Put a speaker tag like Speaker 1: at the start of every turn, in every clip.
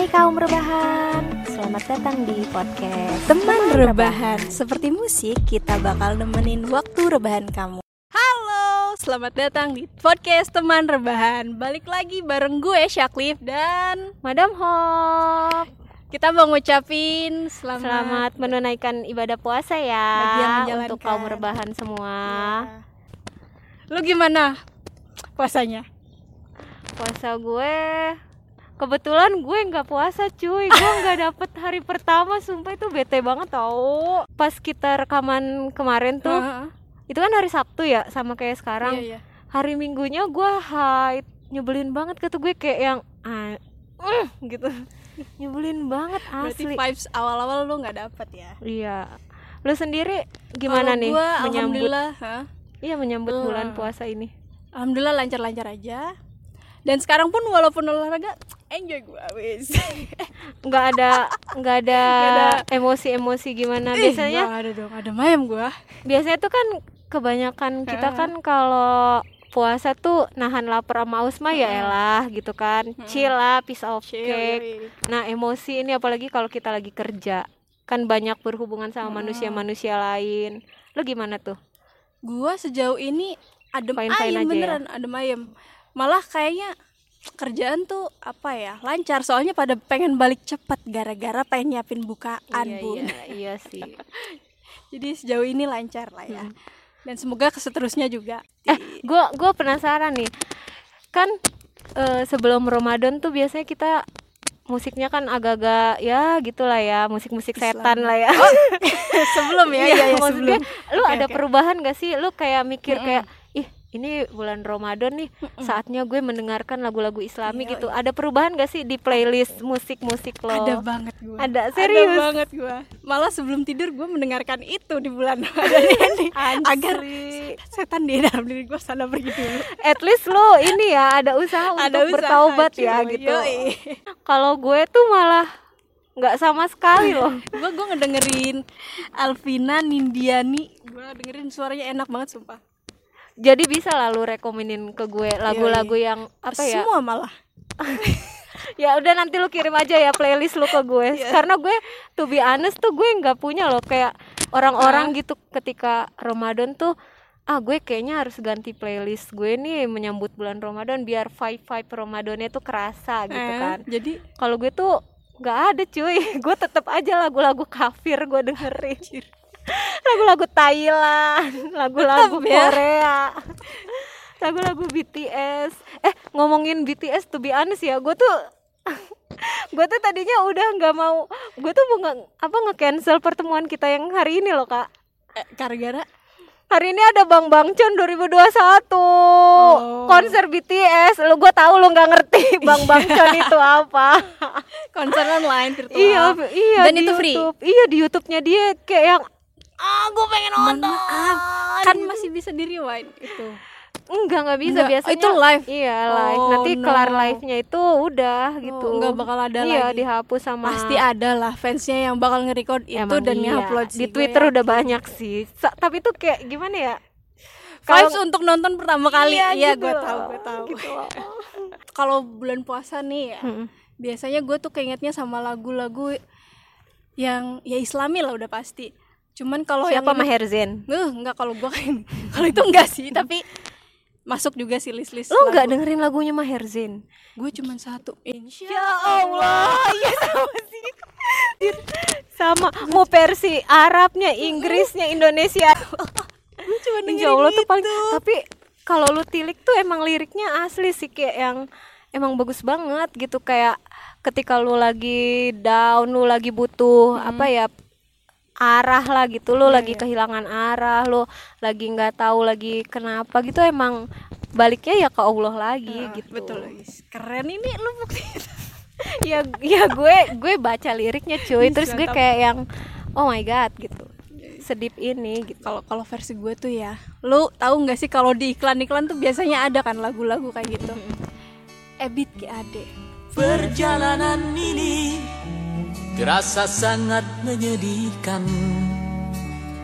Speaker 1: Hai kaum rebahan, selamat datang di podcast
Speaker 2: Teman Rebahan. Seperti musik, kita bakal nemenin waktu rebahan kamu. Halo, selamat datang di podcast Teman Rebahan. Balik lagi bareng gue Syaklif dan
Speaker 1: Madam Hop.
Speaker 2: kita mau ngucapin
Speaker 1: Selamat menunaikan ibadah puasa
Speaker 2: Bagi yang
Speaker 1: ya
Speaker 2: menjalankan.
Speaker 1: untuk kaum rebahan semua.
Speaker 2: Lu gimana puasanya?
Speaker 1: Puasa gue, kebetulan gue nggak puasa cuy. Gue nggak dapet hari pertama, sumpah itu bete banget tau. Pas kita rekaman kemarin tuh, itu kan hari Sabtu ya, sama kayak sekarang.
Speaker 2: Iya.
Speaker 1: Hari Minggunya gue haid, nyebelin banget kata gue kayak yang gitu. Nyebelin banget
Speaker 2: Berarti
Speaker 1: asli.
Speaker 2: vibes awal-awal lu nggak dapet ya?
Speaker 1: Iya. Lu sendiri gimana
Speaker 2: Kalau
Speaker 1: nih
Speaker 2: gua,
Speaker 1: menyambut?
Speaker 2: alhamdulillah,
Speaker 1: Bulan puasa ini?
Speaker 2: alhamdulillah lancar-lancar aja. Dan sekarang pun walaupun olahraga, enjoy gue wis.
Speaker 1: Nggak ada emosi-emosi gimana biasanya?
Speaker 2: Nggak ada dong, ada mayam gue.
Speaker 1: Biasanya tuh kan kebanyakan kita kan kalau puasa tuh nahan lapar sama haus mah ya elah gitu kan. Chill lah, piece of cake. Nah, emosi ini apalagi kalau kita lagi kerja. Kan banyak berhubungan sama manusia-manusia lain. Lu gimana tuh?
Speaker 2: Gua sejauh ini adem
Speaker 1: Fine-fine
Speaker 2: ayem
Speaker 1: aja
Speaker 2: beneran, adem ayem. Malah kayaknya kerjaan tuh apa ya, lancar. Soalnya pada pengen balik cepat gara-gara pengen nyiapin bukaan, Bun.
Speaker 1: Iya sih.
Speaker 2: Jadi sejauh ini lancar lah ya. Dan semoga seterusnya juga.
Speaker 1: Gue penasaran nih. Kan sebelum Ramadan tuh biasanya kita musiknya kan agak-agak ya gitulah ya, musik-musik setan lah ya.
Speaker 2: Sebelum ya,
Speaker 1: Iya,
Speaker 2: iya,
Speaker 1: maksudnya
Speaker 2: sebelum.
Speaker 1: lu
Speaker 2: Oke,
Speaker 1: ada
Speaker 2: oke.
Speaker 1: perubahan gak sih? Lu kayak mikir kayak ih ini bulan Ramadan nih, saatnya gue mendengarkan lagu-lagu Islami
Speaker 2: Iya,
Speaker 1: gitu. Ada perubahan gak sih di playlist musik-musik lo?
Speaker 2: Ada banget gue.
Speaker 1: Ada, serius?
Speaker 2: Ada banget gue. Malah sebelum tidur gue mendengarkan itu di bulan Ramadan ini agar setan di dalam diri gue sana pergi dulu.
Speaker 1: At least lo ini ya ada usaha
Speaker 2: Ada
Speaker 1: untuk
Speaker 2: usaha,
Speaker 1: bertaubat ya
Speaker 2: cuy.
Speaker 1: gitu.
Speaker 2: Yoi.
Speaker 1: Kalau gue tuh malah nggak sama sekali loh.
Speaker 2: gue ngedengerin Alvina Nindiani, gue dengerin suaranya enak banget sumpah.
Speaker 1: Jadi bisa lah lu rekomenin ke gue lagu-lagu yang apa ya?
Speaker 2: Semua malah.
Speaker 1: Ya udah nanti lu kirim aja ya playlist lu ke gue. Karena gue to be honest tuh gue nggak punya loh kayak orang-orang gitu ketika Ramadan tuh gue kayaknya harus ganti playlist gue nih menyambut bulan Ramadan biar vibe Ramadannya tuh kerasa gitu kan.
Speaker 2: Jadi
Speaker 1: Kalau gue tuh nggak ada cuy. Gue tetap aja lagu-lagu kafir gue dengerin. Lagu-lagu Thailand, lagu-lagu
Speaker 2: Tetep ya?
Speaker 1: Korea, lagu-lagu BTS. Ngomongin BTS to be honest ya, gue tuh tadinya udah nggak mau, gue tuh mau nge-cancel pertemuan kita yang hari ini loh kak.
Speaker 2: gara-gara
Speaker 1: Hari ini ada Bang Bangcon 2021 konser BTS. Gue tahu lu nggak ngerti Bang Bangcon itu apa.
Speaker 2: konser online virtual.
Speaker 1: Iya.
Speaker 2: Dan
Speaker 1: di
Speaker 2: itu free.
Speaker 1: YouTube. Iya di YouTube-nya dia kayak yang gue pengen nonton.
Speaker 2: Kan masih bisa di rewind itu.
Speaker 1: Enggak bisa
Speaker 2: Enggak,
Speaker 1: biasanya.
Speaker 2: itu live.
Speaker 1: Iya live.
Speaker 2: Oh,
Speaker 1: Nanti
Speaker 2: no.
Speaker 1: kelar live-nya itu udah gitu.
Speaker 2: Enggak bakal ada
Speaker 1: Iya
Speaker 2: lagi.
Speaker 1: dihapus sama.
Speaker 2: Pasti ada lah fansnya yang bakal nge-record itu
Speaker 1: Emang
Speaker 2: dan
Speaker 1: iya.
Speaker 2: nge-upload
Speaker 1: Di Twitter udah banyak sih. Tapi itu kayak gimana ya?
Speaker 2: vibes untuk nonton pertama kali. Iya,
Speaker 1: gitu
Speaker 2: gue
Speaker 1: loh.
Speaker 2: tahu.
Speaker 1: Gitu loh.
Speaker 2: Kalau bulan puasa nih ya, biasanya gue tuh keingetnya sama lagu-lagu yang ya Islami lah udah pasti. Cuman kalau yang
Speaker 1: Siapa Maher Zain?
Speaker 2: enggak, kalau gue kalau itu enggak sih, tapi masuk juga sih list-list.
Speaker 1: Lo nggak dengerin lagunya Maher Zain?
Speaker 2: Gue cuman satu. Insya
Speaker 1: Ya Allah, iya sama sih. Sama mau versi Arabnya, Inggrisnya, Indonesia.
Speaker 2: gue cuma
Speaker 1: Insya Allah tuh paling. Tapi kalau lu tilik tuh emang liriknya asli sih kayak yang emang bagus banget gitu, kayak ketika lu lagi down, lu lagi butuh apa ya arah lah gitu, lu lagi kehilangan arah, lu lagi nggak tahu lagi kenapa gitu, emang baliknya ya ke Allah lagi gitu.
Speaker 2: Betul, guys. Keren ini lu bukti.
Speaker 1: ya gue baca liriknya cuy, terus gue kayak yang oh my god gitu, sedip ini gitu.
Speaker 2: Kalau versi gue tuh ya, lu tahu nggak sih kalau di iklan-iklan tuh biasanya ada kan lagu-lagu kayak gitu. Ebit GAD.
Speaker 3: Perjalanan ini terasa sangat menyedihkan.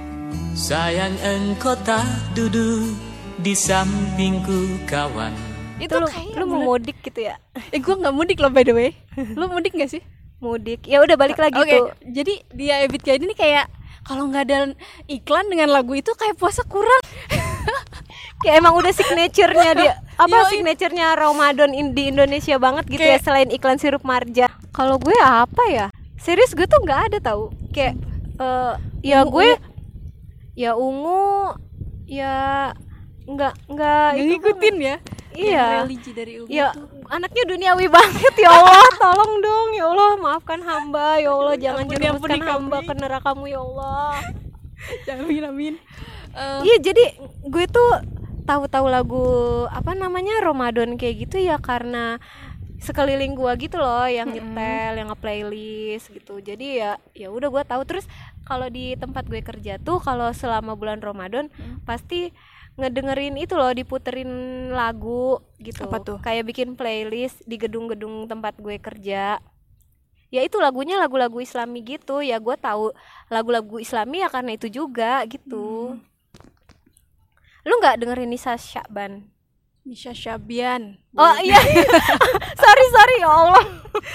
Speaker 3: Sayang engkau tak duduk di sampingku kawan.
Speaker 2: Itu
Speaker 1: lu,
Speaker 2: kayak
Speaker 1: lu mau mudik gitu ya?
Speaker 2: gue nggak mudik loh by the way. Lu mudik nggak sih?
Speaker 1: Mudik. Ya udah balik lagi
Speaker 2: Oke,
Speaker 1: tuh.
Speaker 2: jadi dia Ebit kayak ini kayak kalau nggak ada iklan dengan lagu itu kayak puasa kurang.
Speaker 1: Kayak emang udah signature-nya dia. Apa
Speaker 2: Yoi.
Speaker 1: signature-nya Ramadan di Indonesia banget gitu ya, selain iklan sirup marja. Kalau gue apa ya? Serius gue tuh nggak ada tahu. Kayak ya gue ya ungu ya nggak itu
Speaker 2: ngikutin ya.
Speaker 1: Iya.
Speaker 2: Yang religi dari Ungu
Speaker 1: Ya
Speaker 2: tuh.
Speaker 1: anaknya duniawi banget ya Allah, tolong dong ya Allah, maafkan hamba ya Allah, jangan
Speaker 2: Ampuni,
Speaker 1: jerumuskan
Speaker 2: ampuni
Speaker 1: hamba
Speaker 2: kami.
Speaker 1: ke nerakamu ya Allah.
Speaker 2: Amin.
Speaker 1: Iya, jadi gue tuh tahu-tahu lagu apa namanya Ramadan kayak gitu ya karena sekeliling gua gitu loh yang nyetel, yang nge-playlist gitu. Jadi ya udah gua tahu. Terus kalau di tempat gue kerja tuh kalau selama bulan Ramadan pasti ngedengerin itu loh, diputerin lagu gitu.
Speaker 2: Apa tuh?
Speaker 1: Kayak bikin playlist di gedung-gedung tempat gue kerja. Ya itu lagunya lagu-lagu Islami gitu. Ya gue tahu lagu-lagu Islami ya karena itu juga gitu. Lu nggak dengerin Nisa Syaban?
Speaker 2: Nisha Syabian.
Speaker 1: Oh iya. sorry ya Allah.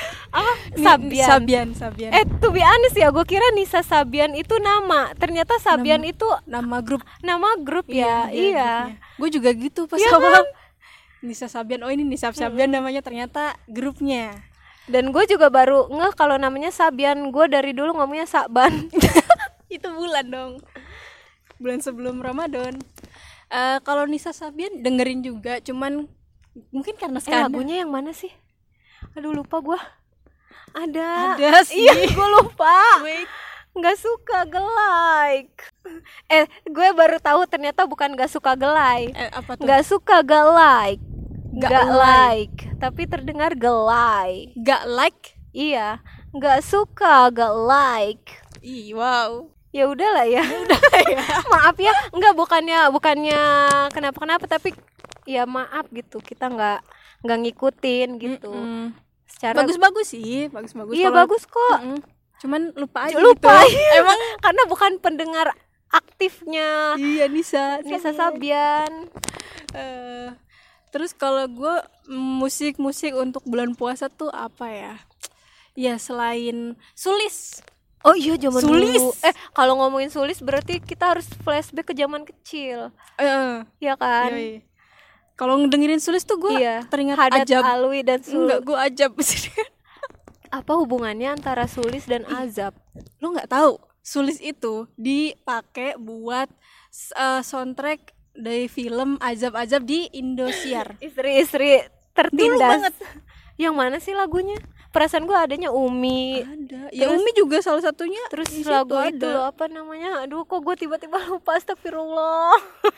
Speaker 1: Sabian.
Speaker 2: Sabian.
Speaker 1: To be honest ya, gue kira Nisa Sabian itu nama. Ternyata Sabian itu
Speaker 2: Nama grup.
Speaker 1: nama grup ya. Iya.
Speaker 2: Gue juga gitu pas
Speaker 1: Iya
Speaker 2: awal. Nisa Sabian. Oh ini Nisa Sabian namanya, ternyata grupnya.
Speaker 1: Dan gue juga baru ngeh kalau namanya Sabian. Gue dari dulu ngomongnya Saban.
Speaker 2: Itu bulan dong. Bulan sebelum Ramadan. Kalau Nisa Sabian dengerin juga, cuman mungkin karena sekarang
Speaker 1: Lagunya yang mana sih? Aduh lupa gue. Ada
Speaker 2: sih.
Speaker 1: Iya gue lupa.
Speaker 2: Wait.
Speaker 1: Nggak suka gelai. Gue baru tahu ternyata bukan nggak suka gelai.
Speaker 2: Apa tuh?
Speaker 1: Nggak suka gelai.
Speaker 2: Nggak
Speaker 1: Nggak
Speaker 2: like.
Speaker 1: tapi terdengar gelai.
Speaker 2: Gak like?
Speaker 1: Iya, nggak suka, nggak like.
Speaker 2: Ih, wow.
Speaker 1: Ya udahlah ya. Maaf ya, bukannya kenapa tapi ya maaf gitu, kita nggak ngikutin gitu. Secara
Speaker 2: Bagus-bagus sih, bagus-bagus.
Speaker 1: iya
Speaker 2: Kalau-
Speaker 1: bagus kok.
Speaker 2: Cuman lupa aja
Speaker 1: Lupa
Speaker 2: gitu. Emang
Speaker 1: karena bukan pendengar aktifnya
Speaker 2: iya Nisa
Speaker 1: Sabian.
Speaker 2: Terus kalau gue musik untuk bulan puasa tuh apa ya? Ya selain Sulis.
Speaker 1: Oh iya, zaman
Speaker 2: Sulis.
Speaker 1: dulu. Kalau ngomongin Sulis berarti kita harus flashback ke zaman kecil. Ya kan?
Speaker 2: Yoi. Kalau ngedengerin Sulis tuh gue
Speaker 1: Iya.
Speaker 2: teringat
Speaker 1: Hadat
Speaker 2: Ajab.
Speaker 1: Alwi dan
Speaker 2: Enggak, gue Ajab.
Speaker 1: Apa hubungannya antara Sulis dan Azab?
Speaker 2: Lo nggak tahu? Sulis itu dipakai buat soundtrack dari film Azab-Azab di Indosiar.
Speaker 1: Istri-istri tertindas.
Speaker 2: Dulu banget.
Speaker 1: Yang mana sih lagunya? Perasaan gue adanya Umi.
Speaker 2: Ada. Ya Umi juga salah satunya.
Speaker 1: Terus
Speaker 2: di situ
Speaker 1: lagu
Speaker 2: ada.
Speaker 1: itu loh, apa namanya? Aduh, kok gue tiba-tiba lupa, astagfirullah.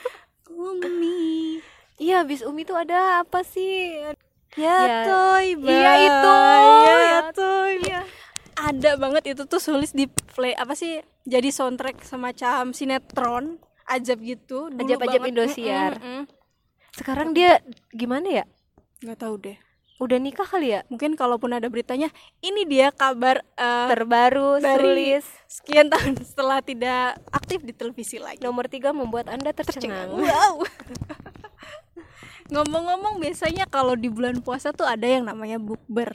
Speaker 2: Umi.
Speaker 1: Iya, abis Umi tuh ada apa sih?
Speaker 2: Ya, Toy.
Speaker 1: Iya itu.
Speaker 2: Ya Toy.
Speaker 1: Iya.
Speaker 2: Ada banget itu tuh Sulis di play apa sih? Jadi soundtrack semacam sinetron Ajab gitu. Dulu
Speaker 1: Ajab-ajab
Speaker 2: banget.
Speaker 1: Indosiar. Sekarang dia gimana ya?
Speaker 2: Nggak tahu deh.
Speaker 1: Udah nikah kali ya?
Speaker 2: Mungkin kalaupun ada beritanya, ini dia kabar
Speaker 1: Terbaru
Speaker 2: dari
Speaker 1: Sulis.
Speaker 2: sekian tahun setelah tidak aktif di televisi lagi.
Speaker 1: Nomor 3 membuat Anda tercengang.
Speaker 2: Wow. Ngomong-ngomong, biasanya kalau di bulan puasa tuh ada yang namanya bukber.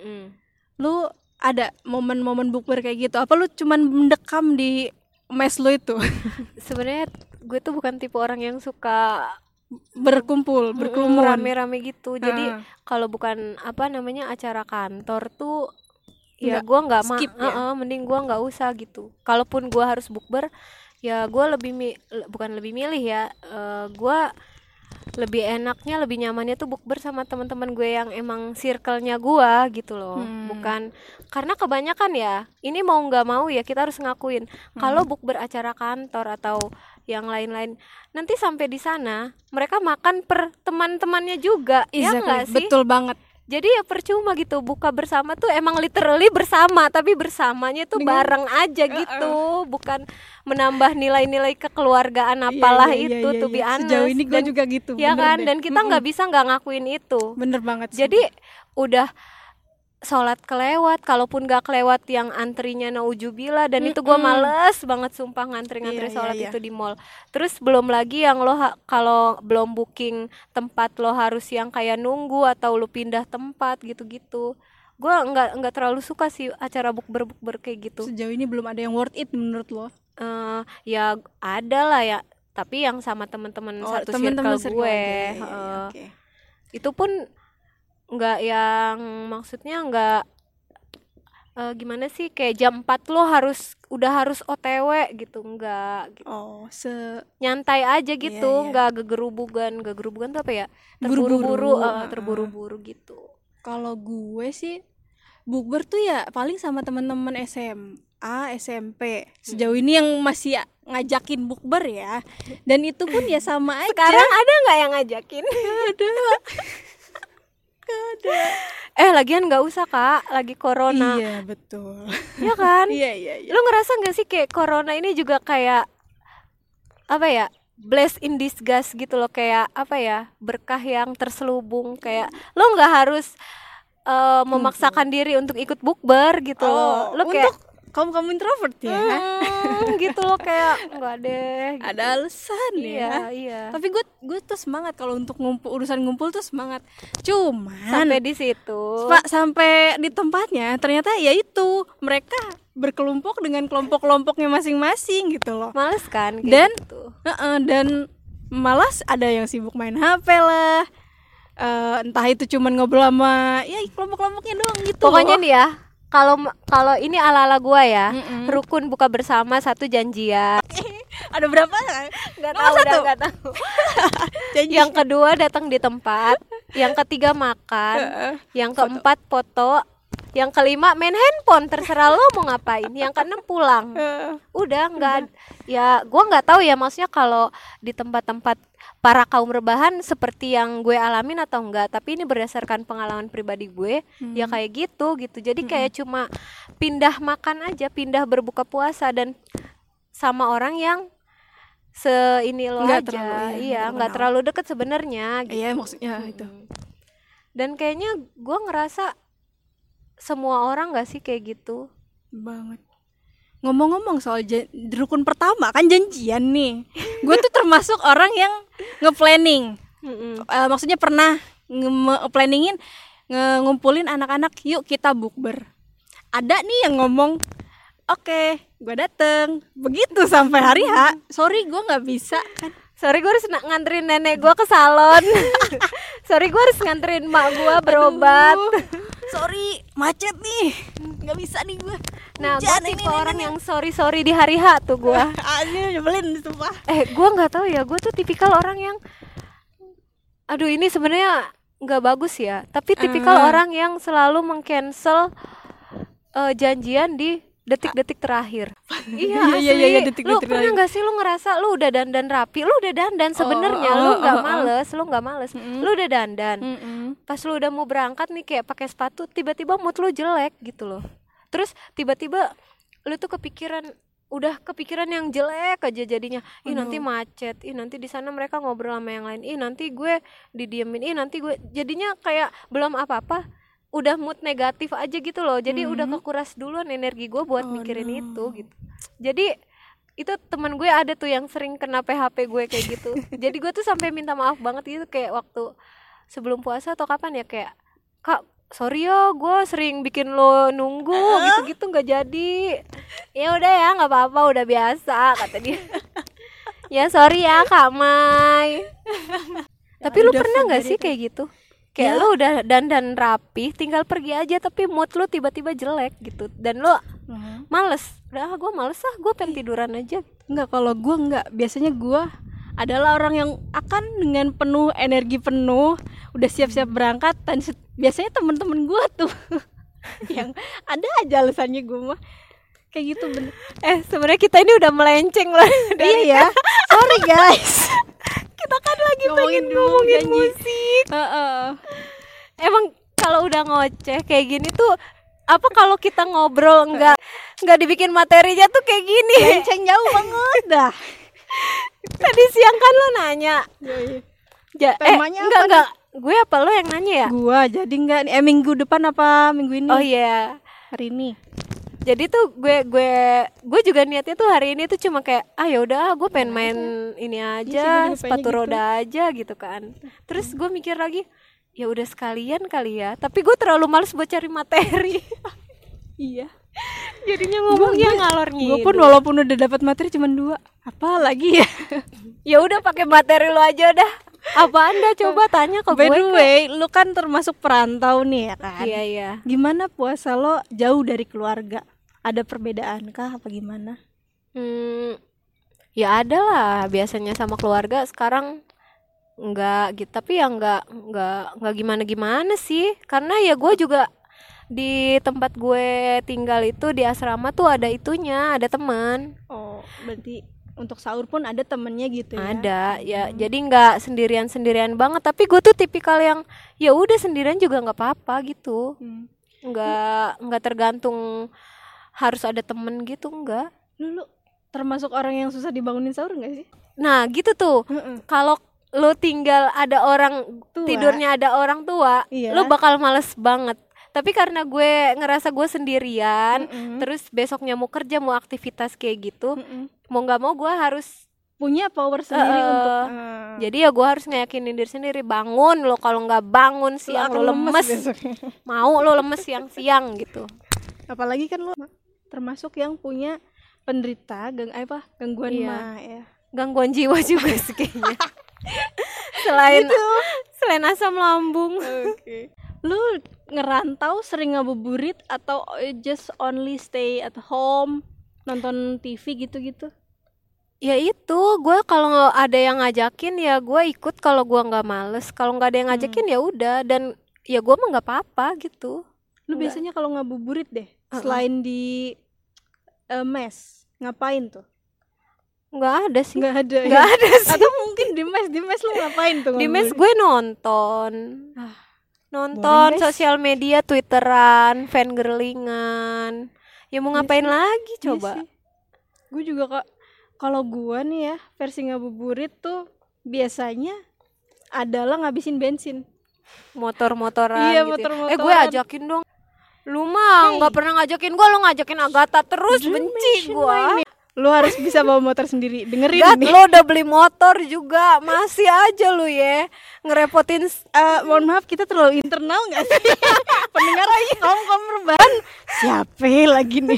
Speaker 2: Lu ada momen-momen bukber kayak gitu? Apa lu cuman mendekam di mes lu itu?
Speaker 1: Sebenarnya gue tuh bukan tipe orang yang suka
Speaker 2: Berkumpul, berkerumun.
Speaker 1: rame-rame gitu. Jadi kalau bukan apa namanya acara kantor tuh ya gue nggak
Speaker 2: skip ya?
Speaker 1: mending gue nggak usah gitu. Kalaupun gue harus bukber ya gue bukan lebih milih ya, gue lebih enaknya, lebih nyamannya tuh bukber sama teman-teman gue yang emang circle-nya gue gitu loh. Bukan karena kebanyakan ya, ini mau nggak mau ya kita harus ngakuin kalau bukber acara kantor atau yang lain-lain, nanti sampai di sana mereka makan per teman-temannya juga. Ya nggak sih?
Speaker 2: Betul banget.
Speaker 1: Jadi ya percuma gitu, buka bersama tuh emang literally bersama, tapi bersamanya tuh bareng aja gitu, bukan menambah nilai-nilai kekeluargaan apalah itu to be honest.
Speaker 2: Sejauh ini gue juga gitu.
Speaker 1: Ya
Speaker 2: bener
Speaker 1: kan,
Speaker 2: deh.
Speaker 1: dan kita nggak bisa nggak ngakuin itu.
Speaker 2: Bener banget.
Speaker 1: Jadi udah sholat kelewat, kalaupun gak kelewat yang antrinya naujubillah, dan itu gue males banget sumpah ngantri-ngantri sholat itu di mall. Terus belum lagi yang lo kalau belum booking tempat lo harus yang kayak nunggu atau lo pindah tempat gitu-gitu. Gue nggak terlalu suka sih acara bukber kayak gitu.
Speaker 2: Sejauh ini belum ada yang worth it menurut lo?
Speaker 1: Ya ada lah ya, tapi yang sama teman-teman satu circle gue.
Speaker 2: Okay.
Speaker 1: Itu pun nggak yang maksudnya nggak gimana sih, kayak jam 4 lo udah harus OTW gitu, enggak gitu. Nyantai aja gitu, nggak gegerubugan tuh apa ya, terburu-buru gitu.
Speaker 2: Kalau gue sih bukber tuh ya paling sama teman-teman SMA, SMP. Sejauh ini yang masih ngajakin bukber ya. Dan itu pun ya sama aja.
Speaker 1: Sekarang ada nggak yang ngajakin?
Speaker 2: Ada.
Speaker 1: Lagian nggak usah Kak, lagi corona.
Speaker 2: Iya betul.
Speaker 1: Ya kan?
Speaker 2: Iya.
Speaker 1: Lo ngerasa nggak sih kayak corona ini juga kayak apa ya, bless in disguise gitu loh, kayak apa ya, berkah yang terselubung, kayak lo nggak harus memaksakan diri untuk ikut bukber gitu loh. Lo kayak
Speaker 2: kamu introvert ya?
Speaker 1: Gitu loh, kayak nggak deh gitu.
Speaker 2: Ada alasan ya.
Speaker 1: Iya.
Speaker 2: Tapi gue tuh semangat kalau untuk urusan ngumpul tuh semangat. Cuman
Speaker 1: sampai di situ,
Speaker 2: sampai di tempatnya ternyata ya itu mereka berkelompok dengan kelompok-kelompoknya masing-masing gitu loh.
Speaker 1: Males kan kayak gitu.
Speaker 2: Dan malas ada yang sibuk main HP lah. Entah itu cuman ngobrol sama ya kelompok-kelompoknya doang gitu.
Speaker 1: Pokoknya nih ya, kalau ini ala-ala gua ya, rukun buka bersama, satu janjian.
Speaker 2: Ada berapa?
Speaker 1: Nggak tahu. Yang kedua datang di tempat, yang ketiga makan, yang keempat foto, yang kelima main handphone, terserah lo mau ngapain. Yang keenam pulang. Udah nggak, ya gua nggak tahu ya, maksudnya kalau di tempat-tempat para kaum rebahan seperti yang gue alamin atau enggak, tapi ini berdasarkan pengalaman pribadi gue, ya kayak gitu. Jadi kayak cuma pindah makan aja, pindah berbuka puasa, dan sama orang yang seini lo
Speaker 2: nggak
Speaker 1: aja, nggak terlalu deket sebenarnya. Gitu.
Speaker 2: Iya maksudnya itu.
Speaker 1: Dan kayaknya gue ngerasa semua orang nggak sih kayak gitu
Speaker 2: banget. Ngomong-ngomong soal rukun pertama kan janjian nih. Gue tuh termasuk orang yang nge-planning. Maksudnya pernah nge-planningin, ngumpulin anak-anak, yuk kita bukber. Ada nih yang ngomong, oke, gue dateng. Begitu sampai hari H, sorry gue nggak bisa kan.
Speaker 1: Sorry gue harus nganterin nenek gue ke salon. Sorry gue harus nganterin mak gue berobat.
Speaker 2: Sorry macet nih, nggak bisa nih gue.
Speaker 1: Nah, gue tipe orang yang sorry di hari H tuh gue.
Speaker 2: Nyebelin sumpah.
Speaker 1: Gue nggak tahu ya, gue tuh tipikal orang yang, aduh ini sebenarnya nggak bagus ya, tapi tipikal orang yang selalu meng-cancel janjian di detik-detik terakhir. Iya asli. Lu pernah nggak sih lu ngerasa lu udah dandan rapi, lu udah dandan sebenarnya, lu nggak males, lu udah dandan. Pas lu udah mau berangkat nih kayak pakai sepatu, tiba-tiba mood lu jelek gitu loh. Terus tiba-tiba lu tuh udah kepikiran yang jelek aja jadinya. Nanti macet, nanti di sana mereka ngobrol sama yang lain, nanti gue didiemin, nanti gue, jadinya kayak belum apa-apa udah mood negatif aja gitu loh. Jadi udah kekuras duluan energi gue buat mikirin itu gitu. Jadi itu teman gue ada tuh yang sering kena PHP gue kayak gitu. Jadi gue tuh sampai minta maaf banget gitu, kayak waktu sebelum puasa atau kapan ya, kayak, Kak sorry ya gue sering bikin lo nunggu gitu-gitu nggak jadi. Ya udah ya nggak apa-apa, udah biasa kata dia. Ya sorry ya Kak Mai. Tapi lu pernah nggak sih kayak gitu? Kayak lu udah dandan rapi, tinggal pergi aja, tapi mood lu tiba-tiba jelek gitu, dan lu males. Udah gue males gue pengen tiduran aja.
Speaker 2: Enggak, kalau gue enggak. Biasanya gue adalah orang yang akan dengan penuh energi penuh, udah siap-siap berangkat. Dan biasanya temen-temen gue tuh yang ada aja alasannya gue mah kayak gitu bener.
Speaker 1: Sebenarnya kita ini udah melenceng loh.
Speaker 2: Iya ya, sorry guys.
Speaker 1: Kita kan lagi pengen ngomongin musik. Emang kalau udah ngoceh kayak gini tuh, apa kalau kita ngobrol nggak dibikin materinya tuh kayak gini?
Speaker 2: Lenceng jauh banget dah.
Speaker 1: Tadi siang kan lo nanya.
Speaker 2: Temanya
Speaker 1: enggak. Gue apa lo yang nanya ya?
Speaker 2: Gua jadi enggak nih minggu depan apa minggu ini?
Speaker 1: Oh iya.
Speaker 2: Hari ini.
Speaker 1: Jadi tuh gue juga niatnya tuh hari ini tuh cuma kayak ya udah gue pengen main ini aja, sepatu roda aja gitu kan. Terus gue mikir lagi, ya udah sekalian kali ya. Tapi gue terlalu males buat cari materi.
Speaker 2: Iya.
Speaker 1: Jadinya ngomongnya ngalor ngidul.
Speaker 2: Gue pun walaupun udah dapat materi cuma 2, apa lagi ya?
Speaker 1: Ya udah pakai materi lo aja udah. Apa Anda coba tanya ke gue?
Speaker 2: By the way, lu kan termasuk perantau nih ya kan?
Speaker 1: Iya.
Speaker 2: Gimana puasa lo jauh dari keluarga? Ada perbedaan kah apa gimana?
Speaker 1: Ya ada lah biasanya sama keluarga. Sekarang enggak gitu, tapi ya enggak gimana sih. Karena ya gue juga di tempat gue tinggal itu di asrama tuh ada itunya, ada teman.
Speaker 2: Oh, berarti untuk sahur pun ada temennya gitu ya?
Speaker 1: Ada, ya jadi nggak sendirian banget. Tapi gue tuh tipikal yang ya udah sendirian juga nggak apa-apa gitu. Nggak tergantung harus ada temen gitu, enggak.
Speaker 2: Lu termasuk orang yang susah dibangunin sahur nggak sih?
Speaker 1: Nah gitu tuh. Kalau lo tinggal ada orang tua, tidurnya ada orang tua,
Speaker 2: iya.
Speaker 1: Lo bakal males banget. Tapi karena gue ngerasa gue sendirian, terus besoknya mau kerja, mau aktivitas kayak gitu, mau nggak mau gue harus
Speaker 2: punya power sendiri untuk.
Speaker 1: Jadi ya gue harus ngeyakinin diri sendiri, bangun lo, kalau nggak bangun siang lo lemes, mau lo lemes siang-siang gitu.
Speaker 2: Apalagi kan lo termasuk yang punya penderita gangguan ya.
Speaker 1: Gangguan jiwa juga sih kayaknya. Selain asam lambung.
Speaker 2: Okay. Lu ngerantau sering ngabuburit atau just only stay at home, nonton TV gitu-gitu?
Speaker 1: Ya itu, gue kalau ada yang ngajakin ya gue ikut, kalau gue nggak males. Kalau nggak ada yang ngajakin ya udah, dan ya gue mah nggak apa-apa gitu.
Speaker 2: Lu biasanya kalau ngabuburit deh, selain di mes, ngapain tuh?
Speaker 1: Nggak ada sih.
Speaker 2: Nggak ada sih. Atau mungkin di mes lu ngapain tuh?
Speaker 1: Di mes gue nonton sosial media, twitteran, fangirlingan. Ya mau ngapain lagi coba?
Speaker 2: Gue juga kalau gue nih ya versi ngabuburit tuh biasanya adalah ngabisin bensin.
Speaker 1: Motor-motoran
Speaker 2: iya,
Speaker 1: gitu.
Speaker 2: Motor-motoran.
Speaker 1: Gue ajakin dong. Lu mah nggak pernah ngajakin gue, lu ngajakin Agatha terus. Benci gue.
Speaker 2: Lu harus bisa bawa motor sendiri. Dengerin nih.
Speaker 1: Lo udah beli motor juga, masih aja lu ya ngerepotin.
Speaker 2: Mohon maaf, kita terlalu internal nggak sih? Pendengar aja kaum rebahan. Siapa lagi nih?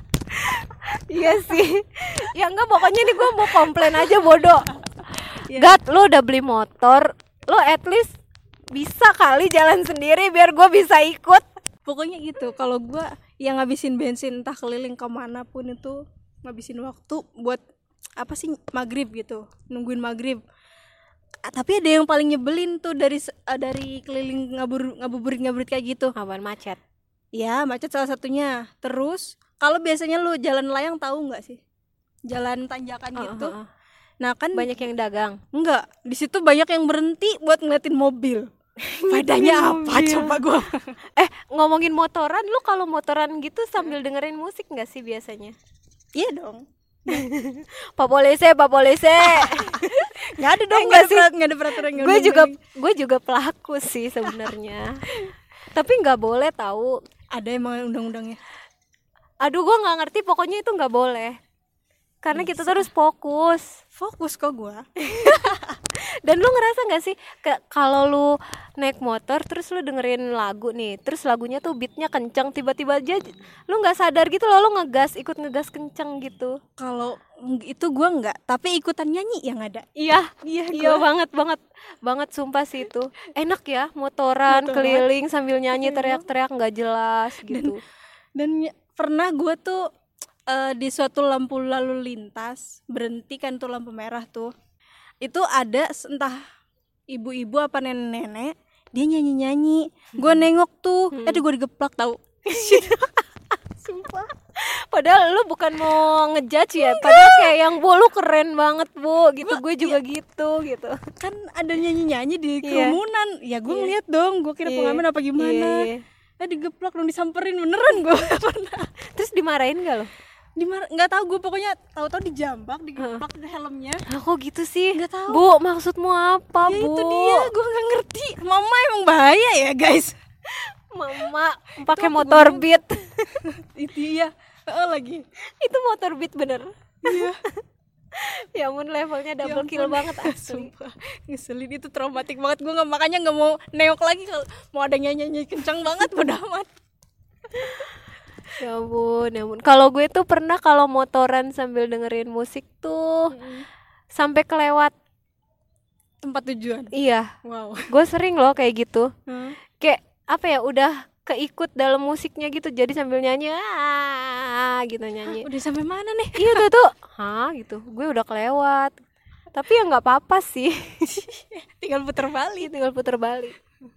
Speaker 1: Iya sih. Ya enggak, pokoknya nih gue mau komplain aja bodoh. Gat, lo udah beli motor, lo at least bisa kali jalan sendiri biar gue bisa ikut.
Speaker 2: Pokoknya gitu. Kalau gue yang ngabisin bensin entah keliling kemana pun itu ngabisin waktu buat apa sih, maghrib gitu, nungguin maghrib. Tapi ada yang paling nyebelin tuh dari keliling ngabuburit kayak gitu.
Speaker 1: Apaan? Macet.
Speaker 2: Ya, macet salah satunya. Terus kalau biasanya lu jalan layang tahu nggak sih? Jalan tanjakan gitu. Nah kan
Speaker 1: banyak yang dagang.
Speaker 2: Enggak, di situ banyak yang berhenti buat ngeliatin mobil. Faedahnya apa coba gua?
Speaker 1: Ngomongin motoran, lu kalau motoran gitu sambil dengerin musik nggak sih biasanya?
Speaker 2: Iya dong.
Speaker 1: Pak polisi.
Speaker 2: Nggak ada dong, nggak ada peraturan.
Speaker 1: Gue juga pelaku sih sebenarnya. Tapi nggak boleh tahu.
Speaker 2: Ada emang undang-undangnya.
Speaker 1: Aduh, gue nggak ngerti. Pokoknya itu nggak boleh. Karena kita terus fokus
Speaker 2: kok gue.
Speaker 1: Dan lu ngerasa nggak sih kalau lu naik motor terus lu dengerin lagu nih, terus lagunya tuh beatnya kenceng, tiba-tiba aja lu nggak sadar gitu loh, lu ikut ngegas kenceng gitu.
Speaker 2: Kalau itu gue nggak, tapi ikutan nyanyi yang ada.
Speaker 1: Iya banget sumpah sih itu. Enak ya motoran keliling sambil nyanyi teriak-teriak nggak jelas gitu.
Speaker 2: Dan pernah gue tuh di suatu lampu lalu lintas berhenti kan tuh, lampu merah tuh, itu ada entah ibu-ibu apa nenek-nenek, dia nyanyi-nyanyi. Gue nengok tuh, gue digeplak tau. Sumpah.
Speaker 1: Padahal lu bukan mau ngejudge ya, padahal kayak yang lu keren banget bu gitu. Gue juga gitu
Speaker 2: kan ada nyanyi-nyanyi di kerumunan. Ya gue ngeliat dong, gue kira pengamen apa gimana. Digeplak dong, disamperin beneran gue. Pernah.
Speaker 1: Terus dimarahin gak lo?
Speaker 2: Di mana nggak tahu, gue pokoknya tahu-tahu dijambak, digeplak di helmnya.
Speaker 1: Kok gitu sih?
Speaker 2: Nggak tahu.
Speaker 1: Bu, maksudmu apa,
Speaker 2: Ya
Speaker 1: Bu?
Speaker 2: itu dia, gue nggak ngerti. Mama emang bahaya ya guys.
Speaker 1: Mama pakai motor Beat.
Speaker 2: Itu ya lagi.
Speaker 1: Itu motor Beat bener.
Speaker 2: Iya.
Speaker 1: Ya ampun, levelnya double kill banget asli.
Speaker 2: Sumpah, ngeselin, itu traumatik banget. Gue makanya nggak mau neok lagi kalau mau ada nyanyi kencang banget, bodo amat.
Speaker 1: Ya ampun, ya ampun. Kalau gue tuh pernah kalau motoran sambil dengerin musik tuh sampai kelewat
Speaker 2: Tempat tujuan.
Speaker 1: Iya,
Speaker 2: Wow.
Speaker 1: gue sering loh kayak gitu. Kayak apa ya, udah keikut dalam musiknya gitu, jadi sambil nyanyi gitu nyanyi.
Speaker 2: Udah sampai mana nih?
Speaker 1: Iya tuh gitu, gue udah kelewat. Tapi ya nggak apa-apa sih.
Speaker 2: Tinggal puter balik.
Speaker 1: Tinggal puter balik.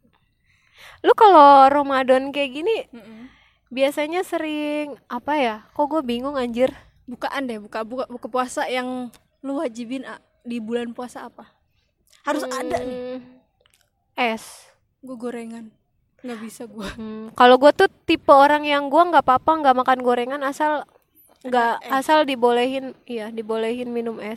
Speaker 1: Lu kalau Ramadan kayak gini biasanya sering apa ya? Kok gue bingung anjir.
Speaker 2: Bukaan deh, buka puasa yang lu wajibin di bulan puasa apa? Harus ada nih.
Speaker 1: Es.
Speaker 2: Gue gorengan. Nggak bisa gue.
Speaker 1: Kalau gue tuh tipe orang yang gue nggak apa-apa nggak makan gorengan asal dibolehin minum es.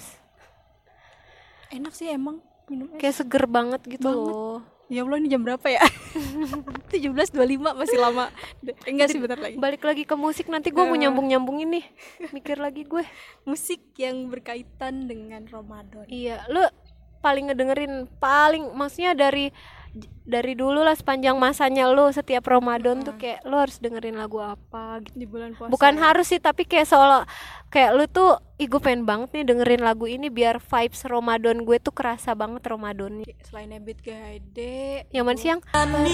Speaker 2: Enak sih emang minum es.
Speaker 1: Kayak seger banget gitu loh.
Speaker 2: Ya Allah, ini jam berapa ya? 17.25, masih lama. Enggak sih, bentar lagi.
Speaker 1: Balik lagi ke musik, nanti gue mau nyambung-nyambungin nih. Mikir lagi gue.
Speaker 2: Musik yang berkaitan dengan Ramadan.
Speaker 1: Iya, lu paling ngedengerin maksudnya dari dulu lah, sepanjang masanya lu setiap Ramadan tuh kayak lu harus dengerin lagu apa gitu.
Speaker 2: Di bulan puasa.
Speaker 1: Bukan harus sih, tapi kayak seolah kayak lu tuh gue pengen banget nih dengerin lagu ini biar vibes Ramadan gue tuh kerasa banget Ramadannya.
Speaker 2: Selain Ebit Gade,
Speaker 1: yang mana sih yang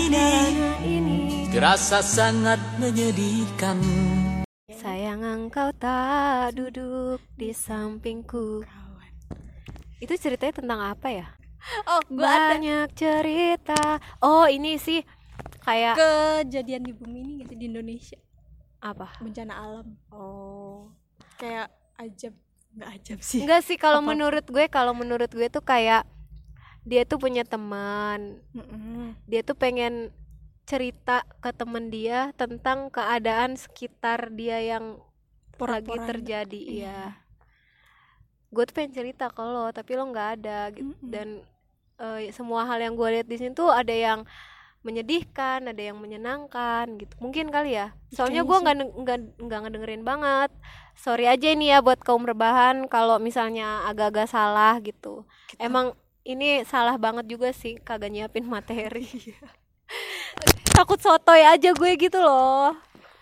Speaker 3: ini terasa sangat menyedihkan.
Speaker 1: Sayang engkau tak duduk di sampingku. Itu ceritanya tentang apa ya?
Speaker 2: Oh, gue ada
Speaker 1: Banyak cerita. Oh, ini sih kayak
Speaker 2: kejadian di bumi ini gitu, di Indonesia.
Speaker 1: apa?
Speaker 2: Bencana alam.
Speaker 1: Oh,
Speaker 2: Kayak ajab, nggak ajab sih.
Speaker 1: enggak sih, kalau menurut gue tuh kayak dia tuh punya teman. Dia tuh pengen cerita ke teman dia tentang keadaan sekitar dia yang lagi terjadi. Iya. Gue tuh pengen cerita ke lo, tapi lo nggak ada gitu. Dan semua hal yang gue lihat di sini tuh ada yang menyedihkan, ada yang menyenangkan gitu. Mungkin kali ya. Soalnya gue nggak ngedengerin banget. Sorry aja ini ya buat kaum rebahan kalau misalnya agak-agak salah gitu. Emang ini salah banget juga sih, kagak nyiapin materi. Takut sotoy aja gue gitu loh.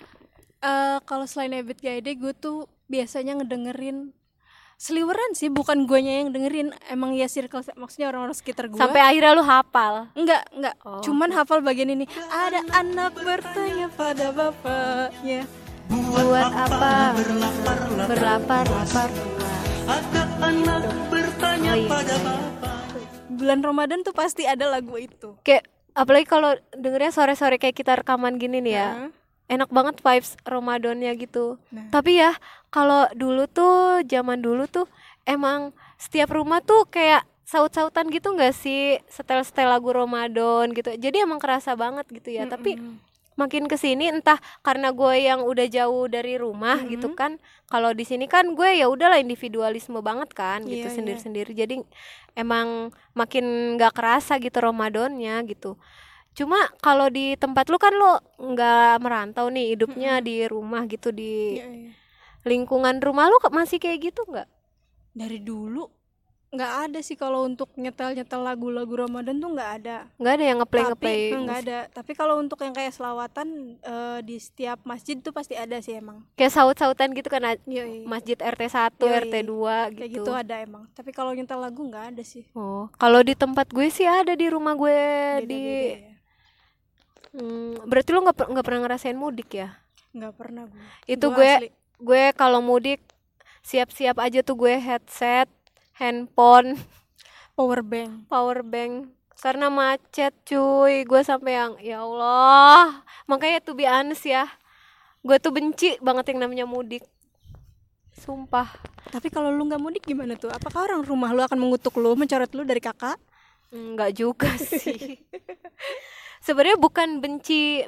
Speaker 2: Kalau selain Ebit Gade, gue tuh biasanya ngedengerin seliweran sih, bukan guanya yang dengerin, emang ya circle, maksudnya orang-orang sekitar gue.
Speaker 1: Sampai akhirnya lu hafal?
Speaker 2: Enggak.
Speaker 1: Oh.
Speaker 2: Cuman hafal bagian ini. Ada anak bertanya pada bapaknya,
Speaker 1: buat apa berlapar-lapar?
Speaker 3: Ada anak bertanya pada bapak.
Speaker 2: bulan Ramadan tuh pasti ada lagu itu.
Speaker 1: Kayak apalagi kalau dengernya sore-sore kayak kita rekaman gini nih ya. Enak banget vibes Ramadannya gitu. Tapi ya kalau dulu tuh, zaman dulu tuh emang setiap rumah tuh kayak saut-sautan gitu nggak sih, setel-setel lagu Ramadan gitu. Jadi emang kerasa banget gitu ya. Tapi makin kesini entah karena gue yang udah jauh dari rumah gitu kan. Kalau di sini kan gue ya udahlah individualisme banget kan gitu, sendiri-sendiri. Jadi emang makin nggak kerasa gitu Ramadannya gitu. Cuma kalau di tempat lu kan lu nggak merantau nih, hidupnya di rumah gitu, di lingkungan rumah lu masih kayak gitu nggak?
Speaker 2: Dari dulu nggak ada sih kalau untuk nyetel lagu-lagu Ramadan tuh nggak ada.
Speaker 1: Nggak ada yang ngeplay
Speaker 2: Nggak ada. Tapi kalau untuk yang kayak selawatan di setiap masjid tuh pasti ada sih emang.
Speaker 1: Kayak saut-sautan gitu kan, masjid RT 1, RT 2 gitu.
Speaker 2: Kayak gitu ada emang. Tapi kalau nyetel lagu nggak ada sih.
Speaker 1: Oh, kalau di tempat gue sih ada, di rumah gue.
Speaker 2: Beda-beda ya.
Speaker 1: Berarti lu nggak pernah ngerasain mudik ya?
Speaker 2: Nggak pernah gue.
Speaker 1: Itu gue kalau mudik siap-siap aja tuh gue headset, handphone,
Speaker 2: power bank karena macet cuy. Gue sampai yang ya Allah, makanya to be honest ya, gue tuh benci banget yang namanya mudik, sumpah. Tapi kalau lu nggak mudik gimana tuh? Apakah orang rumah lu akan mengutuk lu, mencoret lu dari kakak?
Speaker 1: Enggak juga sih. Sebenarnya bukan benci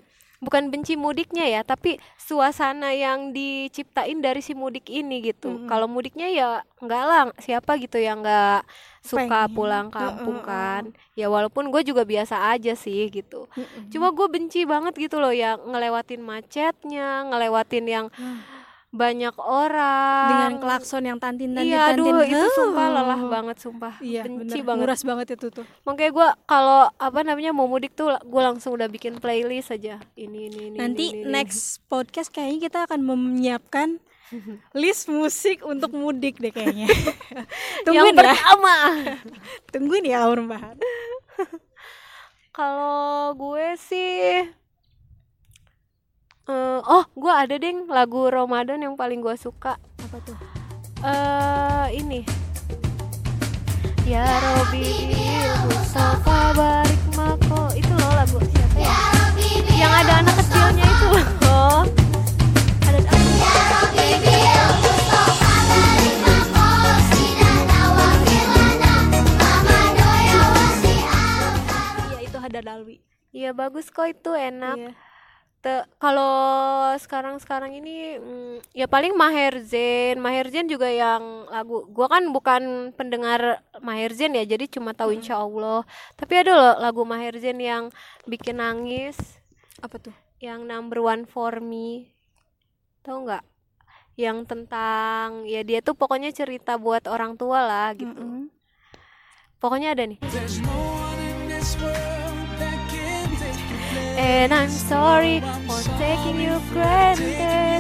Speaker 1: bukan benci mudiknya ya, tapi suasana yang diciptain dari si mudik ini gitu. Kalau mudiknya ya enggak lah, siapa gitu yang enggak suka pulang kampung kan. Ya walaupun gue juga biasa aja sih gitu. Cuma gue benci banget gitu loh yang ngelewatin macetnya, ngelewatin yang banyak orang
Speaker 2: dengan klakson yang tantin-tantin.
Speaker 1: Iya, aduh itu sumpah lelah banget, sumpah.
Speaker 2: Iya,
Speaker 1: benci
Speaker 2: bener.
Speaker 1: banget.
Speaker 2: Nguras banget itu tuh.
Speaker 1: Makanya gue kalau mau mudik tuh gue langsung udah bikin playlist aja.
Speaker 2: Nanti
Speaker 1: ini.
Speaker 2: next podcast kayaknya kita akan menyiapkan list musik untuk mudik deh kayaknya.
Speaker 1: Tungguin
Speaker 2: Yang
Speaker 1: ya.
Speaker 2: pertama. Tungguin ya kamu rebahan.
Speaker 1: Kalau gue sih gue ada deh lagu Ramadan yang paling gue suka.
Speaker 2: Apa tuh?
Speaker 1: Ini Ya Robi Mustafa Barik Mako. Itu loh lagu siapa ya? Yang ada anak kecilnya itu loh. Ada
Speaker 2: Iya, itu Haddad Alwi.
Speaker 1: Iya bagus kok, itu enak.
Speaker 2: Iya.
Speaker 1: Kalau sekarang ini ya paling Maher Zain juga yang lagu. Gua kan bukan pendengar Maher Zain ya, jadi cuma tahu Insya Allah. Tapi ada loh lagu Maher Zain yang bikin nangis.
Speaker 2: Apa tuh?
Speaker 1: Yang Number One For Me. Tahu nggak? Yang tentang ya dia tuh pokoknya cerita buat orang tua lah gitu. Pokoknya ada nih. And I'm sorry for taking you granted.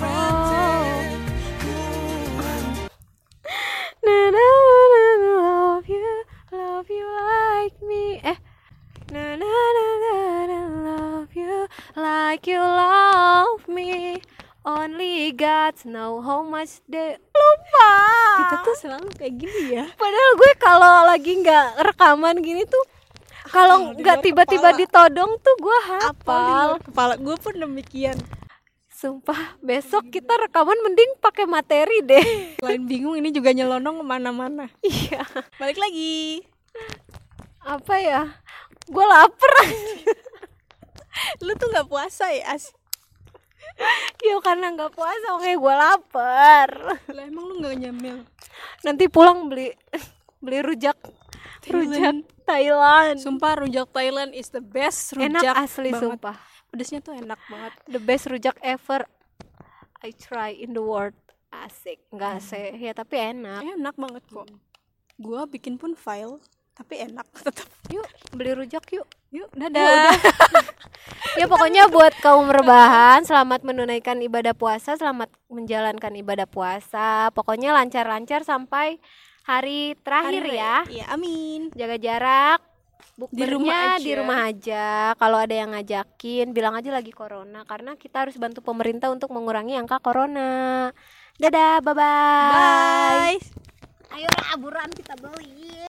Speaker 1: Na na na na, love you like me. Na na na na na, love you like you love me. Only God know how much they lupa.
Speaker 2: Kita tuh selalu kayak gini ya.
Speaker 1: Padahal gue kalau lagi nggak rekaman gini tuh, kalau nggak tiba-tiba ditodong tuh gue hafal.
Speaker 2: Kepala gue pun demikian.
Speaker 1: Sumpah, besok kita rekaman mending pakai materi deh.
Speaker 2: Selain bingung, ini juga nyelonong kemana-mana.
Speaker 1: Iya.
Speaker 2: Balik lagi.
Speaker 1: Apa ya? Gue lapar.
Speaker 2: Lu tuh nggak puasa ya, As?
Speaker 1: Ya karena nggak puasa, makanya gue lapar.
Speaker 2: Lah emang lu nggak nyemil?
Speaker 1: Nanti pulang beli rujak Thailand.
Speaker 2: Sumpah rujak Thailand is the best rujak.
Speaker 1: Enak asli
Speaker 2: banget.
Speaker 1: sumpah.
Speaker 2: Pedesnya tuh enak banget.
Speaker 1: The best rujak ever I try in the world. Asik, nggak sih ya, tapi enak.
Speaker 2: Enak banget kok. Gua bikin pun file, tapi enak tetap.
Speaker 1: Yuk beli rujak yuk.
Speaker 2: Yuk, dadah.
Speaker 1: Ya pokoknya buat kaum rebahan, selamat menunaikan ibadah puasa, selamat menjalankan ibadah puasa. Pokoknya lancar-lancar sampai hari terakhir ya.
Speaker 2: Iya, amin.
Speaker 1: Jaga jarak. Bukbernya
Speaker 2: Di
Speaker 1: di rumah aja. Kalau ada yang ngajakin, bilang aja lagi corona, karena kita harus bantu pemerintah untuk mengurangi angka corona. Dadah, bye-bye.
Speaker 2: Bye.
Speaker 1: Ayo buruan kita beli.